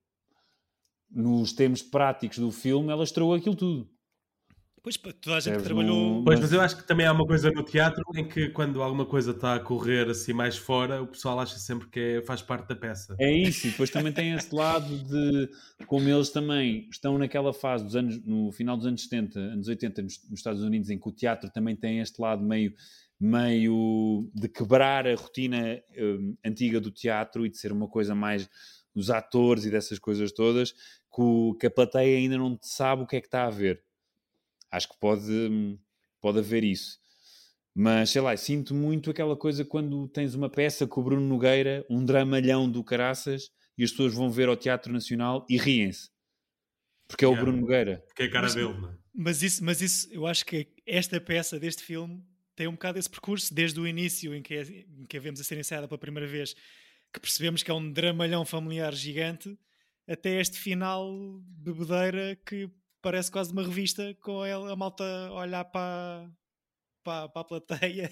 nos termos práticos do filme, ela estragou aquilo tudo. Pois, toda a gente Percebes? que trabalhou... Não- Pois, mas eu acho que também há uma coisa no teatro em que quando alguma coisa está a correr assim mais fora, o pessoal acha sempre que é, faz parte da peça. É isso, e depois também tem esse lado de como eles também estão naquela fase dos anos, no final dos anos setenta, anos oitenta nos, nos Estados Unidos, em que o teatro também tem este lado meio, meio de quebrar a rotina hum, antiga do teatro e de ser uma coisa mais dos atores e dessas coisas todas, que, o, que a plateia ainda não sabe o que é que está a ver. Acho que pode, pode haver isso. Mas, sei lá, sinto muito aquela coisa quando tens uma peça com o Bruno Nogueira, um dramalhão do caraças, e as pessoas vão ver ao Teatro Nacional e riem-se. Porque é Yeah. o Bruno Nogueira. Porque é a cara Mas- dele, não é? Mas isso, mas isso, eu acho que esta peça deste filme tem um bocado esse percurso, desde o início em que, em que a vemos a ser ensaiada pela primeira vez, que percebemos que é um dramalhão familiar gigante, até este final bebedeira que parece quase uma revista com ela, a malta a olhar para, para, para a plateia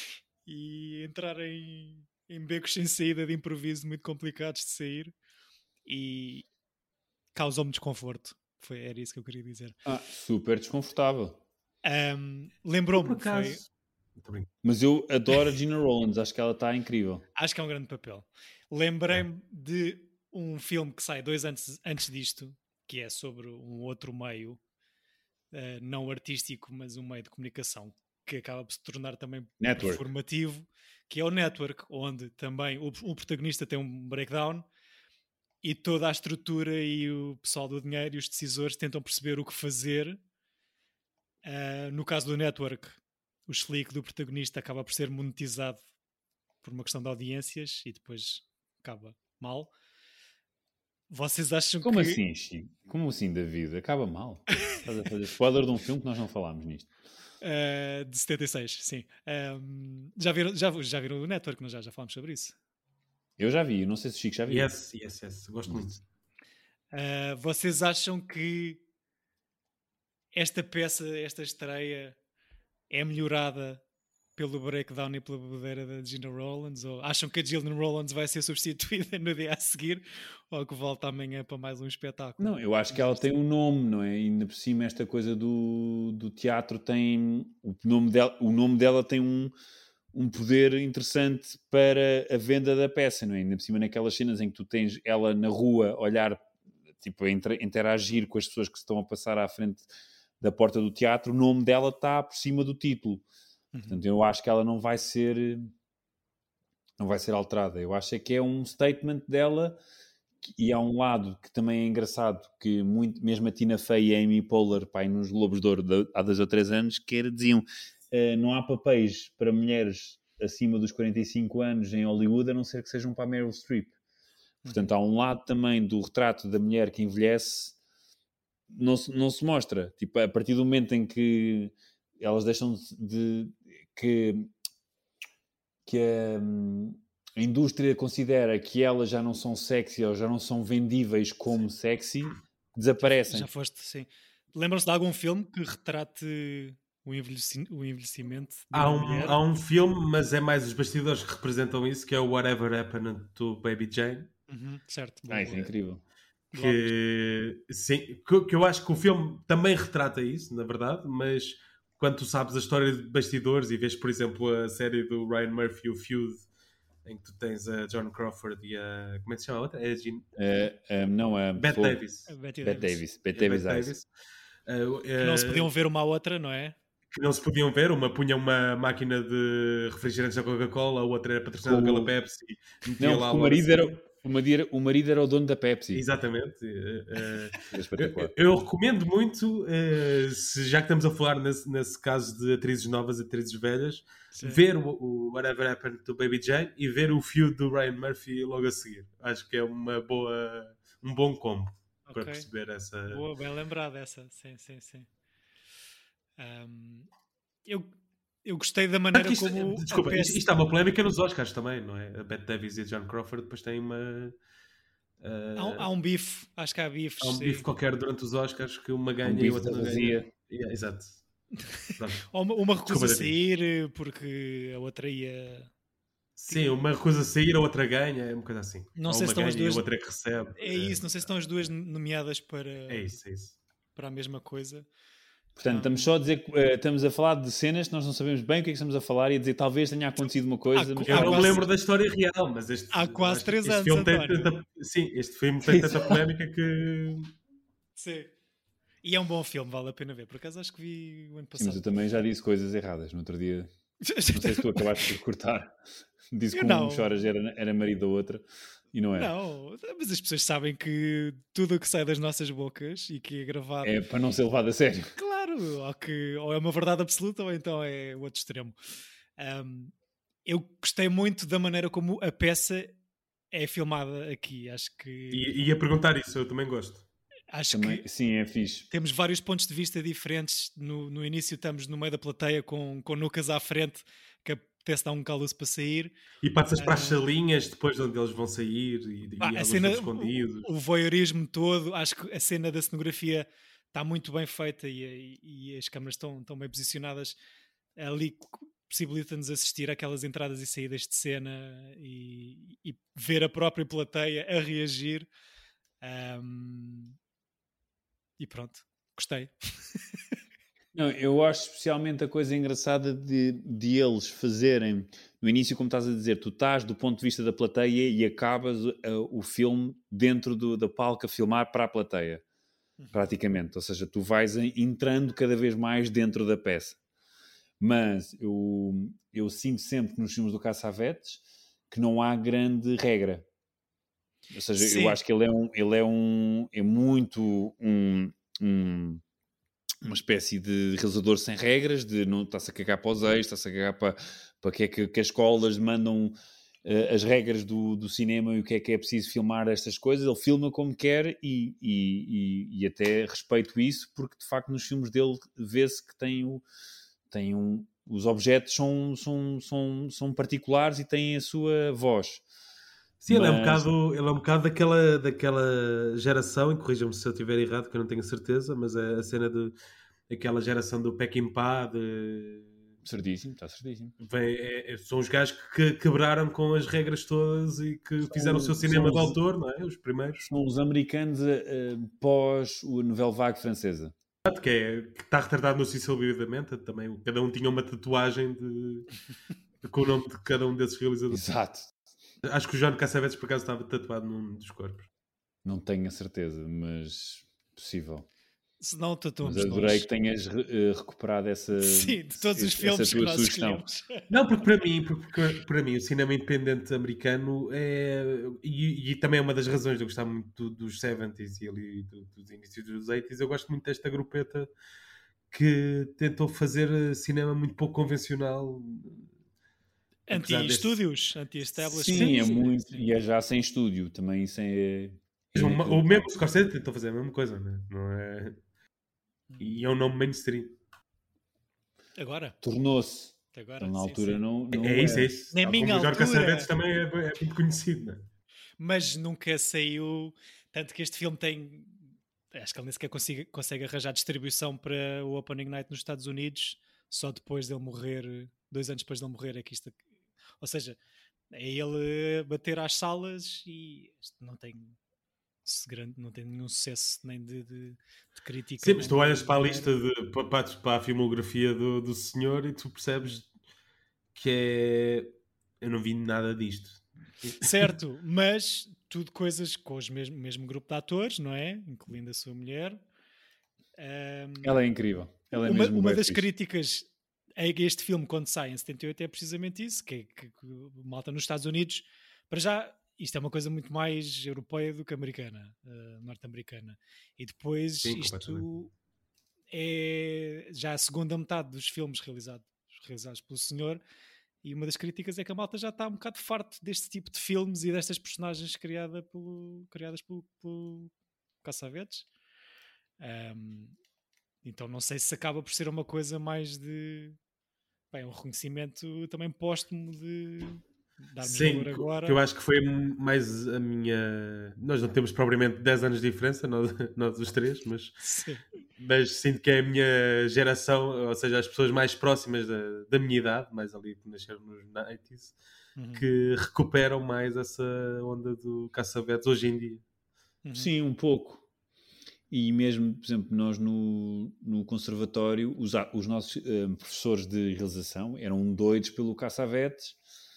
e entrar em, em becos sem saída de improviso muito complicados de sair e causou-me desconforto. Foi, era isso que eu queria dizer. Ah, super desconfortável. Um, Por Lembrou-me, foi, acaso. Muito bem. Mas eu adoro a Gina Rowlands, acho que ela está incrível. acho que é um grande papel. Lembrei-me de um filme que sai dois anos antes disto, que é sobre um outro meio, uh, não artístico, mas um meio de comunicação, que acaba por se tornar também Network. performativo, que é o Network, onde também o, o protagonista tem um breakdown e toda a estrutura e o pessoal do dinheiro e os decisores tentam perceber o que fazer. Uh, no caso do Network, o Schlick do protagonista acaba por ser monetizado por uma questão de audiências e depois acaba mal. Vocês acham Como que... assim, Chico? Como assim, David? Acaba mal. Estás a fazer spoiler de um filme que nós não falámos nisto. Uh, de setenta e seis, sim. Um, já, viram, já, já viram o Network, não já? Já falámos sobre isso. Eu já vi, não sei se o Chico já viu. Yes, yes, yes. Gosto muito. Uh, vocês acham que esta peça, esta estreia é melhorada pelo breakdown e pela bebedeira da Gina Rowlands? Ou acham que a Gillian Rowlands vai ser substituída no dia a seguir? Ou que volta amanhã para mais um espetáculo? Não, eu acho que ela tem um nome, não é? E ainda por cima esta coisa do, do teatro tem... O nome dela, o nome dela tem um, um poder interessante para a venda da peça, não é? Ainda por cima naquelas cenas em que tu tens ela na rua olhar, tipo, a interagir com as pessoas que se estão a passar à frente da porta do teatro, o nome dela está por cima do título. Uhum. Portanto, eu acho que ela não vai ser... Não não vai ser alterada. Eu acho é que é um statement dela, e há um lado que também é engraçado, que muito, mesmo a Tina Fey e a Amy Poehler, pai, nos Globos de Ouro de, há dois ou três anos, que era, diziam uh, não há papéis para mulheres acima dos quarenta e cinco anos em Hollywood, a não ser que sejam para a Meryl Streep. Portanto, há um lado também do retrato da mulher que envelhece, não se, não se mostra. Tipo, a partir do momento em que elas deixam de... que, que a, a indústria considera que elas já não são sexy ou já não são vendíveis como sexy, desaparecem. Já foste, sim. Lembram-se de algum filme que retrate o, envelheci, o envelhecimento de Há uma um, mulher? há um filme, mas é mais os bastidores que representam isso, que é o Whatever Happened to Baby Jane. Uhum, certo. Ah, isso é incrível. Que, sim, que, que eu acho que o filme também retrata isso, na verdade, mas quando tu sabes a história de bastidores e vês, por exemplo, a série do Ryan Murphy, o Feud, em que tu tens a John Crawford e a... como é que se chama a outra? É a Jean... Uh, uh, não, a... Bette Full... Davis. Bette Bette Davis. Davis. Bette Davis. Davis. Uh, uh, que não se podiam ver uma à outra, não é? Que não se podiam ver. Uma punha uma máquina de refrigerantes da Coca-Cola, a outra era patrocinada Como... pela Pepsi. Não, porque o marido, era, o, marido, o marido era o dono da Pepsi. Exatamente. Uh, eu, eu recomendo muito, uh, se, já que estamos a falar nesse, nesse caso de atrizes novas, atrizes velhas, sim, ver o, o Whatever Happened to Baby Jane e ver o Feud do Ryan Murphy logo a seguir. Acho que é uma boa, um bom combo, okay, para perceber essa... Boa, bem lembrado essa. Sim, sim, sim. Um, eu, eu gostei da maneira isto, como... Desculpa, peça... isto, isto há uma polémica nos Oscars também, não é? A Bette Davis e a John Crawford depois têm uma... Uh, há, um, há um bife, acho que há bifes. Há um sim. bife qualquer durante os Oscars que uma ganha um e a outra não vazia. ganha. Yeah, exato. Ou uma, uma recusa a sair porque a outra ia... Sim, uma recusa a sair, a outra ganha, é uma coisa assim. Não Ou sei uma se estão ganha as duas... e a outra é que recebe. É isso, não sei se estão as duas nomeadas para... É isso, é isso. Para a mesma coisa. Portanto, estamos só a dizer que uh, estamos a falar de cenas que nós não sabemos bem o que é que estamos a falar e a dizer talvez tenha acontecido uma coisa. Há, mas eu não quase... me lembro da história real, mas este, há quase três este anos. Filme tem António. tanta, sim, este filme tem tanta polémica que. Sim. E é um bom filme, vale a pena ver. Por acaso acho que vi o ano passado. Sim, mas eu também já disse coisas erradas no outro dia. Não sei se tu acabaste de cortar. Disse que um choras era, era marido da outra. E não é. Não, mas as pessoas sabem que tudo o que sai das nossas bocas e que é gravado... É para não ser levado a sério. Claro, ou, que, ou é uma verdade absoluta ou então é o outro extremo. Um, eu gostei muito da maneira como a peça é filmada aqui. Acho que... E ia perguntar isso, eu também gosto. Acho também, que sim, é fixe. Temos vários pontos de vista diferentes. No, no início estamos no meio da plateia com, com Nucas à frente, que apetece dar um calço para sair. E passas para as salinhas depois de onde eles vão sair e, ah, e a cena, escondidos. O, o voyeurismo todo, acho que a cena da cenografia está muito bem feita e, e, e as câmaras estão, estão bem posicionadas. Ali possibilita-nos assistir àquelas entradas e saídas de cena e, e ver a própria plateia a reagir. Um, e pronto, gostei. Não, eu acho especialmente a coisa engraçada de, de eles fazerem, no início, como estás a dizer, tu estás do ponto de vista da plateia e acabas uh, o filme dentro do, da palco a filmar para a plateia, uhum. praticamente. Ou seja, tu vais entrando cada vez mais dentro da peça. Mas eu, eu sinto sempre nos filmes do Cassavetes que não há grande regra. Ou seja, Sim. eu acho que ele é, um, ele é, um, é muito um... um uma espécie de realizador sem regras, de não está-se a cagar para os eixos, está-se a cagar para, para que é que, que as escolas mandam uh, as regras do, do cinema e o que é que é preciso filmar estas coisas. Ele filma como quer e, e, e, e até respeito isso, porque de facto nos filmes dele vê-se que tem, o, tem um, os objetos são, são, são, são particulares e têm a sua voz. Sim, Mas... ele, é um bocado, ele é um bocado daquela, daquela geração, e corrija-me se eu estiver errado, que eu não tenho certeza, mas é a cena de aquela geração do Peckinpah de... Certíssimo, está certíssimo. Vem, é, são os gajos que quebraram com as regras todas e que são, fizeram o seu cinema de autor, não é? Os primeiros. São os americanos uh, pós o Nouvelle Vague francesa. Que, é, que está retratado no Cecil B. DeMenta também. Cada um tinha uma tatuagem de, de, com o nome de cada um desses realizadores. Exato. Acho que o John Cassavetes, por acaso, estava tatuado num dos corpos. Não tenho a certeza, mas possível. Senão tatuamos Mas adorei nós. que tenhas uh, recuperado essa, Sim, de todos os essa filmes que tua nós sugestão. escolhemos. Não, porque para mim, porque para mim o cinema independente americano é... E, e também é uma das razões de eu gostar muito do, dos setenta e ali do, dos inícios dos oitenta. Eu gosto muito desta grupeta que tentou fazer cinema muito pouco convencional. Anti-estúdios, anti-establishment. Sim, é muito. Sim. E é já sem estúdio também. Sem, é, o, o mesmo Scorsese tentou fazer a mesma coisa, né? Não é? E é um nome mainstream. Agora? Tornou-se. Agora, então, na sim, altura sim. não, não é isso, é isso. Na minha Como altura. O Jorge Cassavetes também é, é muito conhecido, né? Mas nunca saiu. Tanto que este filme tem. Acho que ele nem sequer consegue, consegue arranjar distribuição para o Opening Night nos Estados Unidos só depois dele morrer. Dois anos depois dele morrer. É que isto, ou seja, é ele bater às salas e isto não tem. Grande, não tem nenhum sucesso nem de, de, de crítica. Sim, mas tu olhas de, para a lista, de, para, para a filmografia do, do senhor e tu percebes que é... Eu não vi nada disto. Certo, mas tudo coisas com o mesmo, mesmo grupo de atores, não é? Incluindo a sua mulher. Um, Ela é incrível. Ela é uma mesmo uma das fixe. críticas a este filme, quando sai em setenta e oito, é precisamente isso, que, que, que malta nos Estados Unidos, para já... Isto é uma coisa muito mais europeia do que americana, uh, norte-americana. E depois Sim, isto é já a segunda metade dos filmes realizados, realizados pelo senhor, e uma das críticas é que a malta já está um bocado farto deste tipo de filmes e destas personagens criada pelo, criadas pelo, pelo Cassavetes. Um, então não sei se acaba por ser uma coisa mais de... Bem, um reconhecimento também póstumo de... Sim, agora. que eu acho que foi mais a minha... Nós não temos propriamente dez anos de diferença, nós, nós os três, mas, mas sinto que é a minha geração, ou seja, as pessoas mais próximas da, da minha idade, mais ali que nasceram nos noventa, uhum. que recuperam mais essa onda do Cassavetes hoje em dia. Uhum. Sim, um pouco. E mesmo, por exemplo, nós no, no conservatório, os, os nossos um, professores de realização eram doidos pelo Cassavetes,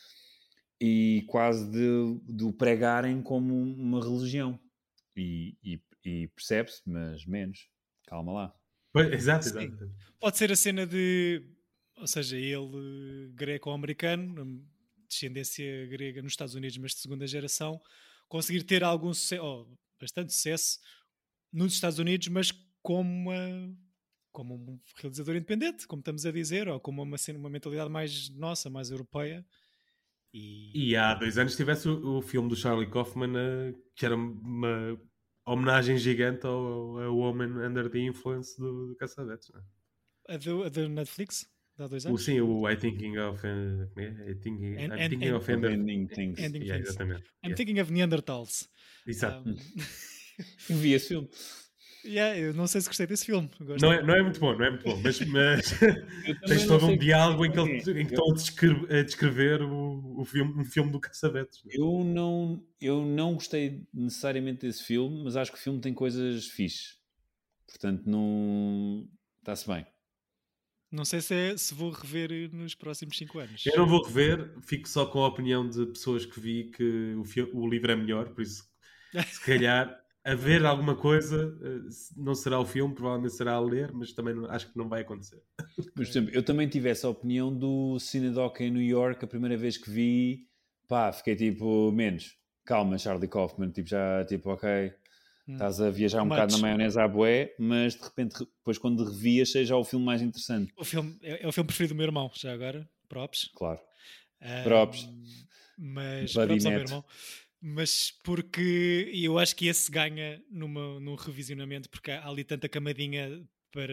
e quase de, de o pregarem como uma religião. E, e, e percebe-se, mas menos. Calma lá. Pois, exato, exato. Sim. Pode ser a cena de... Ou seja, ele greco-americano, descendência grega nos Estados Unidos, mas de segunda geração, conseguir ter algum sucesso, oh, bastante sucesso nos Estados Unidos, mas como, uma, como um realizador independente, como estamos a dizer, ou como uma, uma mentalidade mais nossa, mais europeia. E... e há dois anos tivesse o, o filme do Charlie Kaufman, uh, que era uma homenagem gigante ao, ao Woman Under the Influence do, do Cassavetes. A do, a do Netflix? De há dois anos? O, sim, o I Thinking of... Uh, I thinking, and, I'm and, thinking and, of and, ending things. Ending yeah, things. Exatamente. I'm yeah. thinking of Neanderthals. Exato. Um... Eu vi esse filme. Yeah, eu não sei se gostei desse filme. Não é, não é muito bom, não é muito bom, mas, mas tens todo um diálogo em que, ele, em que estão a descrever, a descrever o, o filme, um filme do Cassavetes. Eu não, eu não gostei necessariamente desse filme, mas acho que o filme tem coisas fixes. Portanto, não... está-se bem. Não sei se, é, se vou rever nos próximos cinco anos. Eu não vou rever, fico só com a opinião de pessoas que vi que o, filme, o livro é melhor, por isso, se calhar... a ver alguma coisa, não será o filme, provavelmente será a ler, mas também não, acho que não vai acontecer. Por exemplo, eu também tive essa opinião do Cinedoc em New York, a primeira vez que vi, pá, fiquei tipo, menos, calma, Charlie Kaufman, tipo, já, tipo, ok, hum. estás a viajar um Much. bocado na maionese à bué, mas de repente, depois quando revias, seja o filme mais interessante. O filme, é, é o filme preferido do meu irmão, já agora, props. Claro, um, props. Mas, Buddy props ao meu Net. irmão. Mas porque eu acho que esse ganha numa, num revisionamento, porque há ali tanta camadinha para...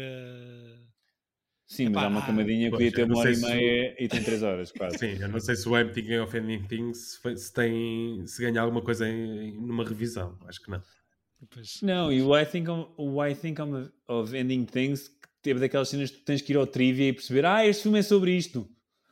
Sim, Epá, mas há uma camadinha que podia ter uma hora e meia e tem três horas, quase. Sim, eu não sei se o I'm Thinking of Ending Things se, tem, se ganha alguma coisa em, numa revisão, acho que não. Depois... Não, e o I Think, o I think of Ending Things teve daquelas cenas que tu tens que ir ao trivia e perceber, ah, este filme é sobre isto.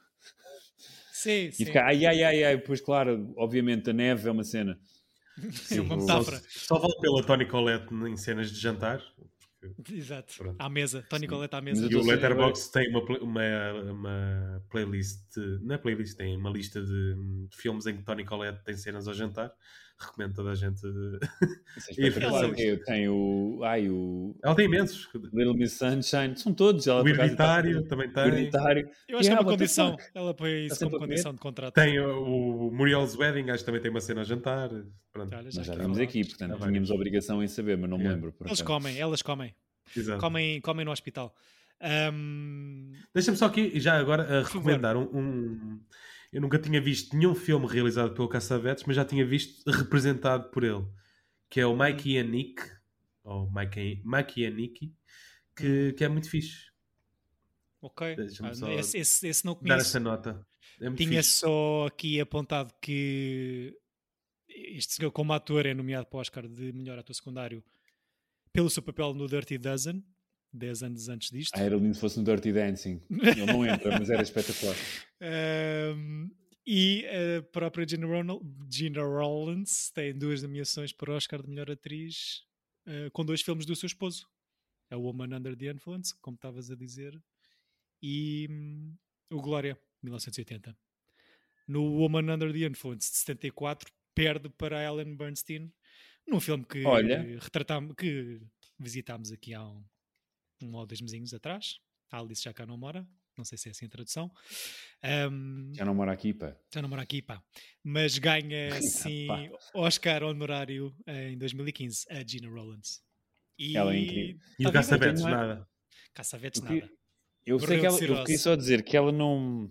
Sim, e sim. ficar, ai, ai, ai, ai, pois claro, obviamente a neve é uma cena. É uma metáfora. Só, só vale pela Toni Collette em cenas de jantar. Porque, exato, pronto. À mesa, Toni Collette à mesa. E o Letterboxd tem uma, uma, uma playlist, não é playlist, tem uma lista de, de filmes em que Toni Collette tem cenas ao jantar. recomendo toda a gente. Isso é espetacular. Eu tenho o. Ai, o. Ela tem imensos. Little Miss Sunshine, são todos. Ela o Hereditário também tem. O Hereditário. Eu acho yeah, que é uma condição. Ela põe isso como condição de contrato. Tem o, o Muriel's Wedding, acho que também tem uma cena a jantar. Pronto. Olha, já Nós já vimos aqui, portanto já tínhamos obrigação em saber, mas não me yeah. lembro. Eles comem, elas comem. Exato. Comem, comem no hospital. Um... Deixa-me só aqui, já agora, uh, recomendar um, um... Eu nunca tinha visto nenhum filme realizado pelo Cassavetes, mas já tinha visto representado por ele, que é o Mikey and Nick, ou Mikey, Mikey and Nicky, que, que é muito fixe. Ok, ah, esse, esse, esse não conheço. Dar essa nota. É muito tinha fixe. Só aqui apontado que este senhor como ator é nomeado para o Oscar de melhor ator secundário pelo seu papel no Dirty Dozen, dez anos antes disto. Ah, era lindo se fosse no Dirty Dancing. Ele não entra, mas era espetacular. Um, e a própria Gina, Ronald, Gina Rollins tem duas nomeações para o Oscar de melhor atriz uh, com dois filmes do seu esposo. A Woman Under the Influence, como estavas a dizer, e um, o Glória, mil novecentos e oitenta. No Woman Under the Influence, de setenta e quatro, perde para a Ellen Bernstein, num filme que, retratámos, que visitámos aqui há um um ou dois mesinhos atrás. A Alice já cá não mora, não sei se é assim a tradução. Um, já não mora aqui, pá. Já não mora aqui, pá. Mas ganha, sim, Oscar honorário em dois mil e quinze, a Gina Rollins. E ela é incrível. E o Cassavetes nada. Cassavetes nada. Eu sei que ela, eu queria só dizer que ela não...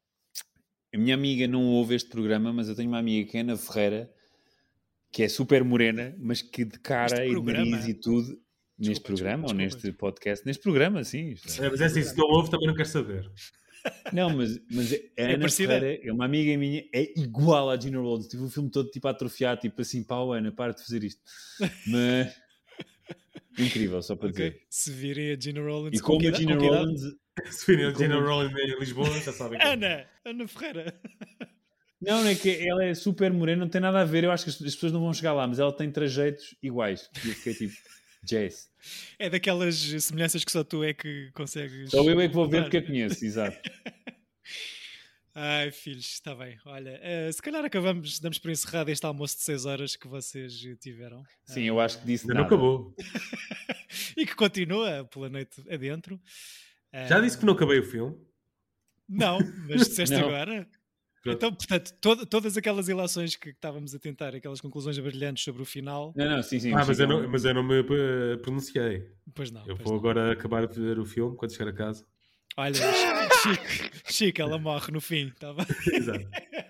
A minha amiga não ouve este programa, mas eu tenho uma amiga que é Ana Ferreira, que é super morena, mas que de cara e de nariz e tudo... Neste desculpa, programa desculpa, ou neste desculpa. podcast? Neste programa, sim. É, mas é assim, se não ouve também não quero saber. Não, mas, mas a é Ana Ferreira, é uma amiga minha, é igual à Gina Rollins. Tive um filme todo tipo a atrofiar, tipo assim, pá, Ana, para de fazer isto. Mas... Incrível, só para okay. dizer. Se virem a Gina Rollins... E como a Gina Rollins... Se virem a Gina Rollins em Lisboa, já sabem. Ana! Ana Ferreira! Não, não é que ela é super morena, não tem nada a ver. Eu acho que as, as pessoas não vão chegar lá, mas ela tem trajeitos iguais. E eu fiquei tipo... Jazz. É daquelas semelhanças que só tu é que consegues... Só eu é que vou ver porque eu conheço, exato. Ai, filhos, está bem. Olha, uh, se calhar acabamos, damos por encerrado este almoço de seis horas que vocês tiveram. Sim, eu acho que disse nada. Não acabou. E que continua pela noite adentro. Uh, Já disse que não acabei o filme? Não, mas disseste agora... Então, portanto, to- todas aquelas ilações que estávamos a tentar, aquelas conclusões brilhantes sobre o final... Não, não, sim, sim. Ah, mas eu não, mas eu não me uh, pronunciei. Pois não. Eu pois vou não. agora acabar de ver o filme quando chegar a casa. Olha, Chico, Chico, ela morre no fim, tá bem? Exato.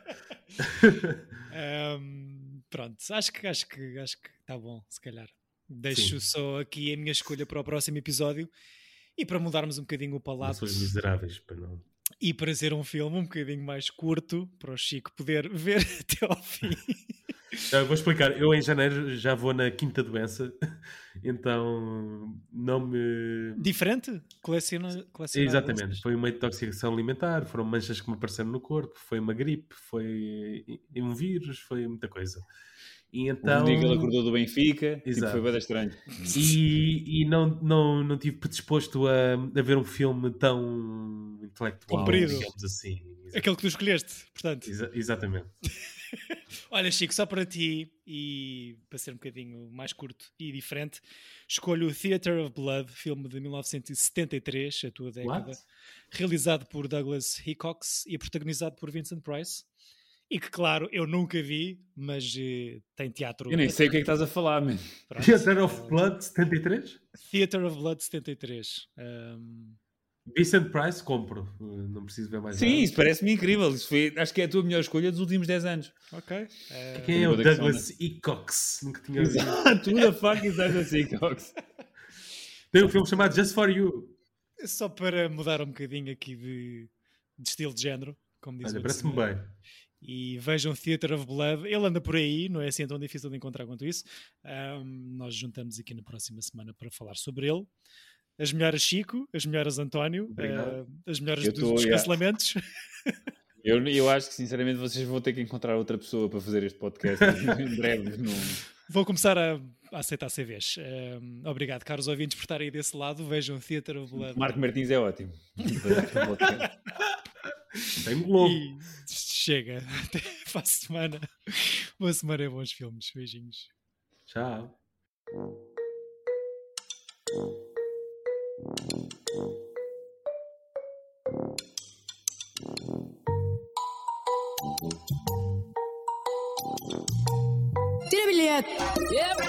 um, pronto, acho que acho que acho que está bom, se calhar. Deixo Sim. só aqui a minha escolha para o próximo episódio e para mudarmos um bocadinho o palato. Não miseráveis, para não... E para ser um filme um bocadinho mais curto, para o Chico poder ver até ao fim. Eu vou explicar. Eu em janeiro já vou na quinta doença, então não me... Diferente? Coleciona, colecionar Exatamente. doenças. Foi uma intoxicação alimentar, foram manchas que me apareceram no corpo, foi uma gripe, foi um vírus, foi muita coisa. E então... Um dia que ele acordou do Benfica, tipo, foi bem estranho. E, e não, não, não tive predisposto a, a ver um filme tão intelectual, comprido, digamos assim. Exatamente. Aquele que tu escolheste, portanto. Exa- exatamente. Olha, Chico, só para ti, e para ser um bocadinho mais curto e diferente, escolho o Theatre of Blood, filme de mil novecentos e setenta e três, a tua década, What? realizado por Douglas Hickox e protagonizado por Vincent Price. E que, claro, eu nunca vi, mas uh, tem teatro... Eu nem sei o que é que estás a falar, mesmo. Theatre of Blood, setenta e três? Theatre of Blood, setenta e três. Um... Vincent Price, compro. Não preciso ver mais Sim, nada. isso parece-me incrível. Isso foi, acho que é a tua melhor escolha dos últimos dez anos. Ok. Uh... Quem é o Douglas Hickox? Nunca tinha ouvido. Exato, who the fuck is Douglas Hickox? Tem um filme chamado Just For You. Só para mudar um bocadinho aqui de, de estilo de género, como diz. Olha, parece-me bem. E vejam Theatre of Blood, ele anda por aí, não é assim tão difícil de encontrar quanto isso. Um, nós juntamos aqui na próxima semana para falar sobre ele. As melhoras Chico, as melhoras António, uh, as melhoras dos, tô, dos yeah. cancelamentos. Eu, eu acho que sinceramente vocês vão ter que encontrar outra pessoa para fazer este podcast em breve. No... Vou começar a, a aceitar C Vs. Um, obrigado, caros ouvintes, por estarem aí desse lado. Vejam Theatre of Blood. Marco Martins é ótimo. Tem Globo. E chega. Até para a semana. Boa semana e bons filmes. Beijinhos. Tchau. Tira bilhete. Yep.